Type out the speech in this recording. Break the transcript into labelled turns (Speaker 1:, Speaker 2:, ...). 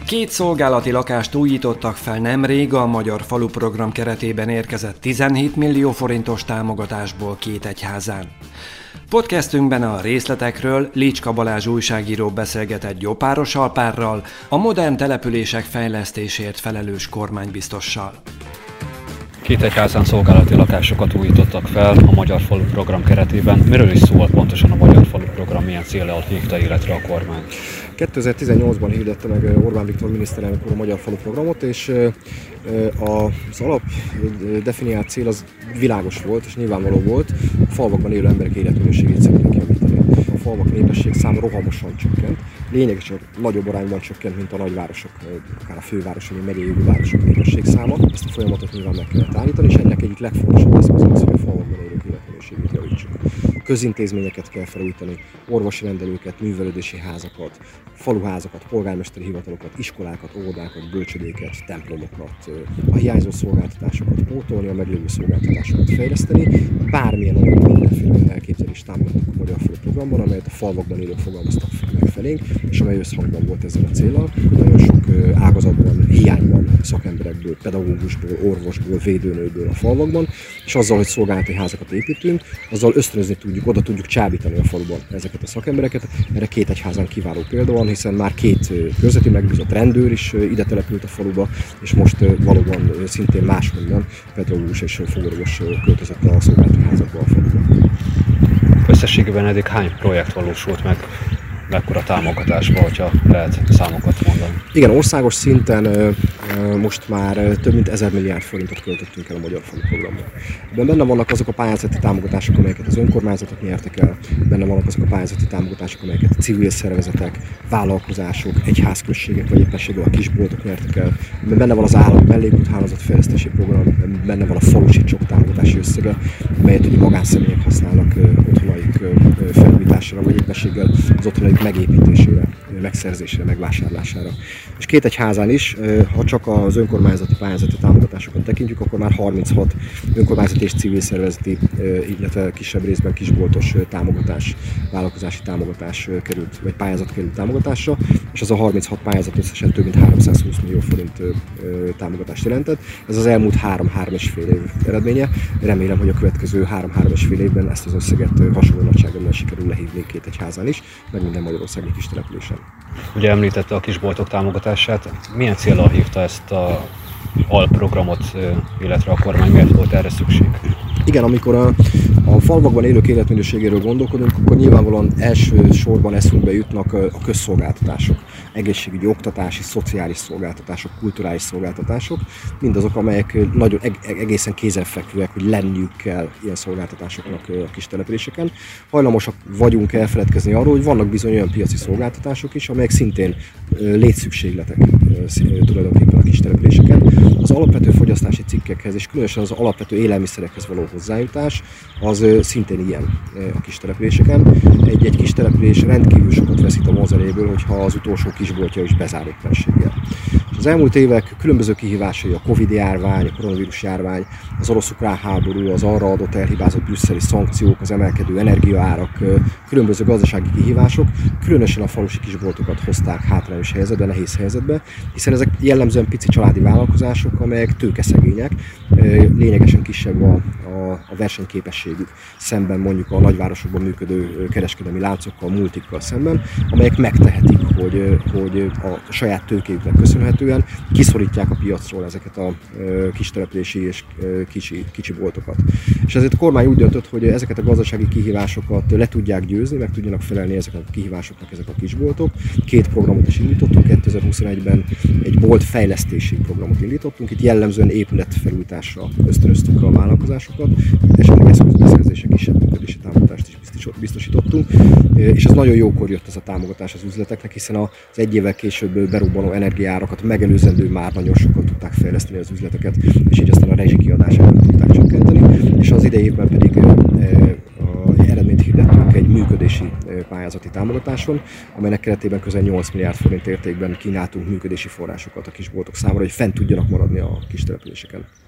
Speaker 1: Két szolgálati lakást újítottak fel nemrég a Magyar Falu Program keretében érkezett 17 millió forintos támogatásból két egyházán. Podcastünkben a részletekről Licska Balázs újságíró beszélgetett Gyopáros Alpárral, a modern települések fejlesztésért felelős kormánybiztossal.
Speaker 2: Két egyházán szolgálati lakásokat újítottak fel a Magyar Falu Program keretében. Miről is szól pontosan a Magyar Falu Program, milyen céllal hívta életre a kormány?
Speaker 3: 2018-ban hirdette meg Orbán Viktor miniszterelnök úr a Magyar Falu Programot, és az alap definiált cél az világos volt és nyilvánvaló volt, a falvakban élő emberek életminőségét szeretnék javítani. A falvak népesség száma rohamosan csökkent, lényegesen nagyobb arányban csökkent, mint a nagyvárosok, akár a fővárosok, vagy megyei jövő városok népesség száma. Ezt a folyamatot nyilván meg kellett állítani, és ennek egyik legfontosabb eszköz az, hogy a falvakban élők életminőségét javítsuk. Közintézményeket kell felújítani, orvosi rendelőket, művelődési házakat, faluházakat, polgármesteri hivatalokat, iskolákat, óvodákat, bölcsödéket, templomokat, a hiányzó szolgáltatásokat pótolni, a meglévő szolgáltatásokat fejleszteni. Bármilyen olyan mindenféle elképzelést támogatunk a Magyar Falu Programban, amelyet a falvakban élők fogalmaztak meg felénk, és amely összhangban volt ezzel a céllal. Nagyon sok ágazatban hiány van szakemberekből, pedagógusból, orvosból, védőnőből a falvakban, és azzal, hogy szolgálati házakat építünk, azzal ösztönözni tudjuk, oda tudjuk csábítani a faluban ezeket a szakembereket. Erre két egyházán kiváló példa van, hiszen már két körzeti megbízott rendőr is ide települt a faluba, és most valóban szintén máshonnan pedagógus és fogorvos költözött a szolgálati házakba a faluban.
Speaker 2: Összességében eddig hány projekt valósult meg, mekkora támogatásba, hogyha lehet számokat mondani?
Speaker 3: Igen, országos szinten most már több mint 1000 milliárd forintot költöttünk el a Magyar Falu Programra. Ebben benne vannak azok a pályázati támogatások, amelyeket az önkormányzatok nyertek el, benne vannak azok a pályázati támogatások, amelyeket a civil szervezetek, vállalkozások, egyházközségek vagy éppenséggel a kisboltok nyertek el. Ebben benne van az állami mellékúthálózat fejlesztési program, benne van a falusi csok támogatási összege, amelyet ugye magánszemélyek használnak otthonaik felújítására, vagy éppenséggel az otthonaik megépítésére, megszerzésére, megvásárlására. És két egyházán is, ha csak az önkormányzati pályázati támogatásokat tekintjük, akkor már 36 önkormányzati és civil szervezeti, illetve kisebb részben kisboltos támogatás, vállalkozási támogatás került, vagy pályázat került támogatásra, és az a 36 pályázat összesen több mint 320 millió forint támogatást jelentett. Ez az elmúlt 3-3,5 év eredménye. Remélem, hogy a következő 3-3,5 évben ezt az összeget hasonló nagyságrendben sikerül lehívni két egyházán is, meg minden magyarországi kis településen.
Speaker 2: Ugye említette a kisboltok támogatását. Milyen céllal hívta ezt a alprogramot, illetve a kormány, miért volt erre szükség?
Speaker 3: Igen, amikor a falvakban élők életminőségéről gondolkodunk, akkor nyilvánvalóan elsősorban eszünkbe jutnak a közszolgáltatások, egészségügyi, oktatási, szociális szolgáltatások, kulturális szolgáltatások, mindazok, amelyek nagyon egészen kézenfekvőek, hogy lenniük kell ilyen szolgáltatásoknak a kis településeken. Hajlamosak vagyunk elfeledkezni arról, hogy vannak bizony olyan piaci szolgáltatások is, amelyek szintén létszükségletek tulajdonképpen a kis településeken. Az alapvető fogyasztási cikkekhez és különösen az alapvető élelmiszerekhez való hozzájutás az szintén ilyen a kis településeken. Egy kis település rendkívül sokat veszít a vonzerejéből, hogyha az utolsó kisboltja is bezár éppenséggel. Az elmúlt évek különböző kihívásai, a Covid járvány, a koronavírus járvány, az orosz-ukrán háború, az arra adott elhibázott brüsszeli szankciók, az emelkedő energiaárak, különböző gazdasági kihívások, különösen a falusi kisboltokat hozták hátrányos helyzetbe, nehéz helyzetbe, hiszen ezek jellemzően pici családi vállalkozások, amelyek tőkeszegények, lényegesen kisebb a versenyképességük szemben mondjuk a nagyvárosokban működő kereskedelmi láncokkal, multikkal szemben, amelyek megtehetik, hogy a saját tőkéjüknek köszönhetően kiszorítják a piacról ezeket a kistelepülési és kicsi boltokat. És ezért a kormány úgy döntött, hogy ezeket a gazdasági kihívásokat le tudják győzni, meg tudjanak felelni ezeket a kihívásoknak ezek a kisboltok. Két programot is indítottunk, 2021-ben egy bolt fejlesztési programot indítottunk, itt jellemzően épületfelújításra ösztönöztük a vállalkozásokat, és ennek eszközbeszerzése kisebb működési támogatást is biztosítottunk, és ez nagyon jókor jött ez a támogatás az üzleteknek, hiszen az egy évvel később berobbanó energiaárakat megelőzendő már nagyon sokat tudták fejleszteni az üzleteket, és így aztán a rezsikiadásokat tudták csökkenteni, és az idei évben pedig eredményt hirdettünk egy működési pályázati támogatáson, amelynek keretében közel 8 milliárd forint értékben kínáltunk működési forrásokat a kisboltok számára, hogy fent tudjanak maradni a kis településeken.